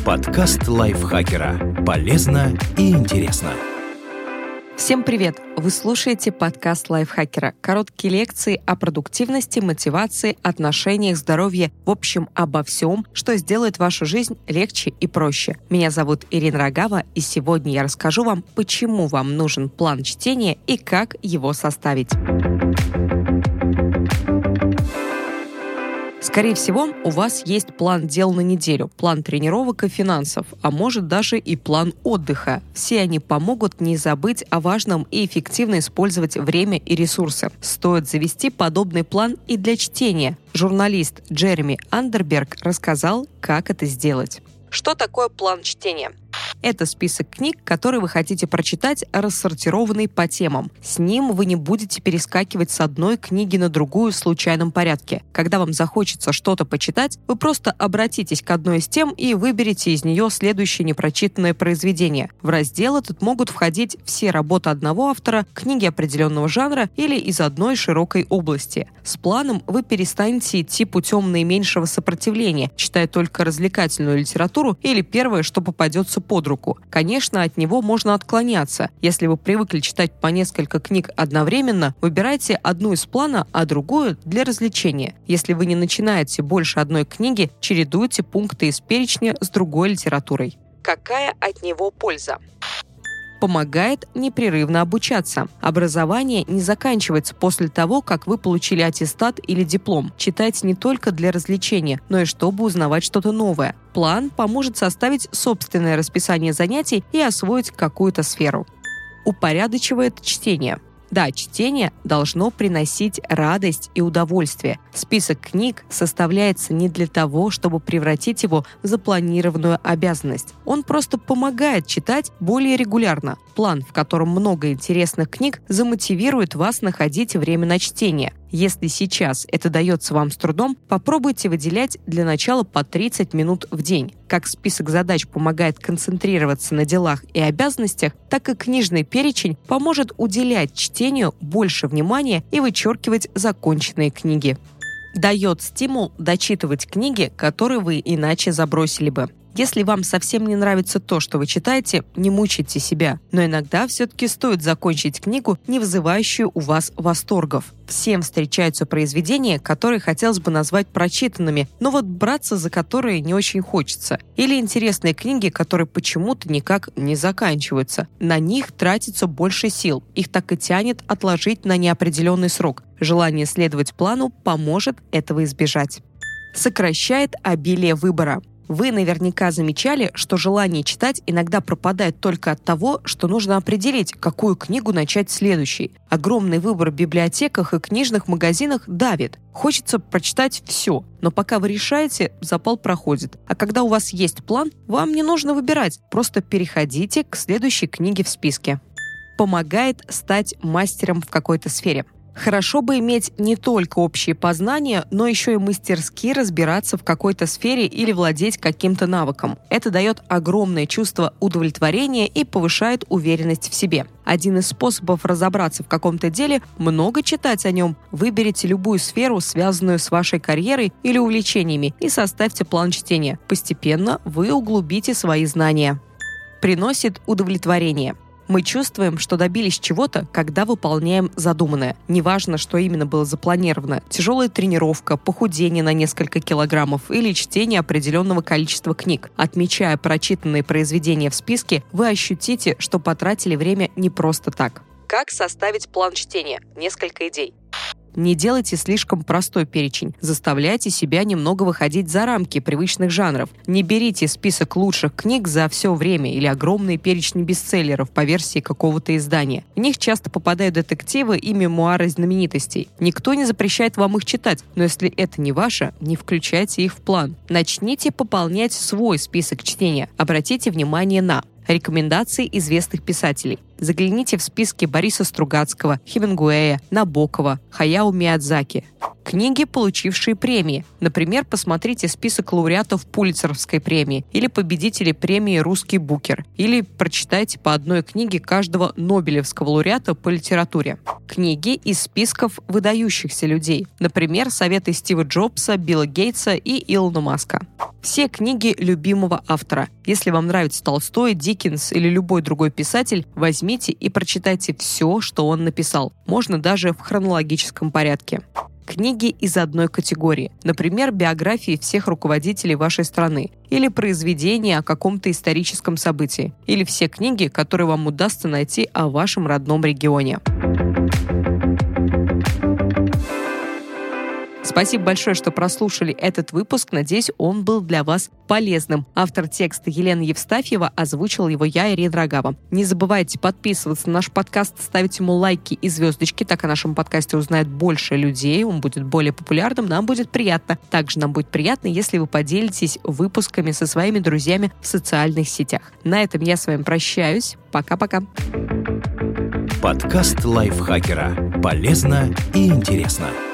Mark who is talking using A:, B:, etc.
A: Подкаст лайфхакера. Полезно и интересно.
B: Всем привет! Вы слушаете подкаст лайфхакера. Короткие лекции о продуктивности, мотивации, отношениях, здоровье, в общем, обо всем, что сделает вашу жизнь легче и проще. Меня зовут Ирина Рогава, и сегодня я расскажу вам, почему вам нужен план чтения и как его составить. Скорее всего, у вас есть план дел на неделю, план тренировок и финансов, а может даже и план отдыха. Все они помогут не забыть о важном и эффективно использовать время и ресурсы. Стоит завести подобный план и для чтения. Журналист Джереми Андерберг рассказал, как это сделать. Что такое план чтения? Это список книг, которые вы хотите прочитать, рассортированный по темам. С ним вы не будете перескакивать с одной книги на другую в случайном порядке. Когда вам захочется что-то почитать, вы просто обратитесь к одной из тем и выберете из нее следующее непрочитанное произведение. В раздел этот могут входить все работы одного автора, книги определенного жанра или из одной широкой области. С планом вы перестанете идти путем наименьшего сопротивления, читая только развлекательную литературу или первое, что попадется под руку. Конечно, от него можно отклоняться. Если вы привыкли читать по несколько книг одновременно, выбирайте одну из плана, а другую для развлечения. Если вы не начинаете больше одной книги, чередуйте пункты из перечня с другой литературой. Какая от него польза? Помогает непрерывно обучаться. Образование не заканчивается после того, как вы получили аттестат или диплом. Читайте не только для развлечения, но и чтобы узнавать что-то новое. План поможет составить собственное расписание занятий и освоить какую-то сферу. Упорядочивает чтение. Да, чтение должно приносить радость и удовольствие. Список книг составляется не для того, чтобы превратить его в запланированную обязанность. Он просто помогает читать более регулярно. План, в котором много интересных книг, замотивирует вас находить время на чтение. Если сейчас это дается вам с трудом, попробуйте выделять для начала по 30 минут в день. Как список задач помогает концентрироваться на делах и обязанностях, так и книжный перечень поможет уделять чтению больше внимания и вычеркивать законченные книги. Дает стимул дочитывать книги, которые вы иначе забросили бы. Если вам совсем не нравится то, что вы читаете, не мучайте себя. Но иногда все-таки стоит закончить книгу, не вызывающую у вас восторгов. Всем встречаются произведения, которые хотелось бы назвать прочитанными, но вот браться за которые не очень хочется. Или интересные книги, которые почему-то никак не заканчиваются. На них тратится больше сил. Их так и тянет отложить на неопределенный срок. Желание следовать плану поможет этого избежать. Сокращает обилие выбора. Вы наверняка замечали, что желание читать иногда пропадает только от того, что нужно определить, какую книгу начать следующей. Огромный выбор в библиотеках и книжных магазинах давит. Хочется прочитать все, но пока вы решаете, запал проходит. А когда у вас есть план, вам не нужно выбирать, просто переходите к следующей книге в списке. Помогает стать мастером в какой-то сфере. Хорошо бы иметь не только общие познания, но еще и мастерски разбираться в какой-то сфере или владеть каким-то навыком. Это дает огромное чувство удовлетворения и повышает уверенность в себе. Один из способов разобраться в каком-то деле – много читать о нем. Выберите любую сферу, связанную с вашей карьерой или увлечениями, и составьте план чтения. Постепенно вы углубите свои знания. Приносит удовлетворение. Мы чувствуем, что добились чего-то, когда выполняем задуманное. Неважно, что именно было запланировано. Тяжелая тренировка, похудение на несколько килограммов или чтение определенного количества книг. Отмечая прочитанные произведения в списке, вы ощутите, что потратили время не просто так. Как составить план чтения? Несколько идей. Не делайте слишком простой перечень. Заставляйте себя немного выходить за рамки привычных жанров. Не берите список лучших книг за все время или огромные перечни бестселлеров по версии какого-то издания. В них часто попадают детективы и мемуары знаменитостей. Никто не запрещает вам их читать, но если это не ваше, не включайте их в план. Начните пополнять свой список чтения. Обратите внимание на рекомендации известных писателей. Загляните в списки Бориса Стругацкого, Хемингуэя, Набокова, Хаяо Миядзаки. Книги, получившие премии. Например, посмотрите список лауреатов Пулитцеровской премии или победителей премии «Русский букер». Или прочитайте по одной книге каждого Нобелевского лауреата по литературе. Книги из списков выдающихся людей. Например, советы Стива Джобса, Билла Гейтса и Илона Маска. Все книги любимого автора. Если вам нравится Толстой, Диккенс или любой другой писатель, возьмите и прочитайте все, что он написал. Можно даже в хронологическом порядке. Книги из одной категории, например, биографии всех руководителей вашей страны, или произведения о каком-то историческом событии, или все книги, которые вам удастся найти о вашем родном регионе. Спасибо большое, что прослушали этот выпуск. Надеюсь, он был для вас полезным. Автор текста Елена Евстафьева, озвучила его я, Ирина Рогава. Не забывайте подписываться на наш подкаст, ставить ему лайки и звездочки, так о нашем подкасте узнает больше людей, он будет более популярным, нам будет приятно. Также нам будет приятно, если вы поделитесь выпусками со своими друзьями в социальных сетях. На этом я с вами прощаюсь. Пока-пока.
A: Подкаст лайфхакера. Полезно и интересно.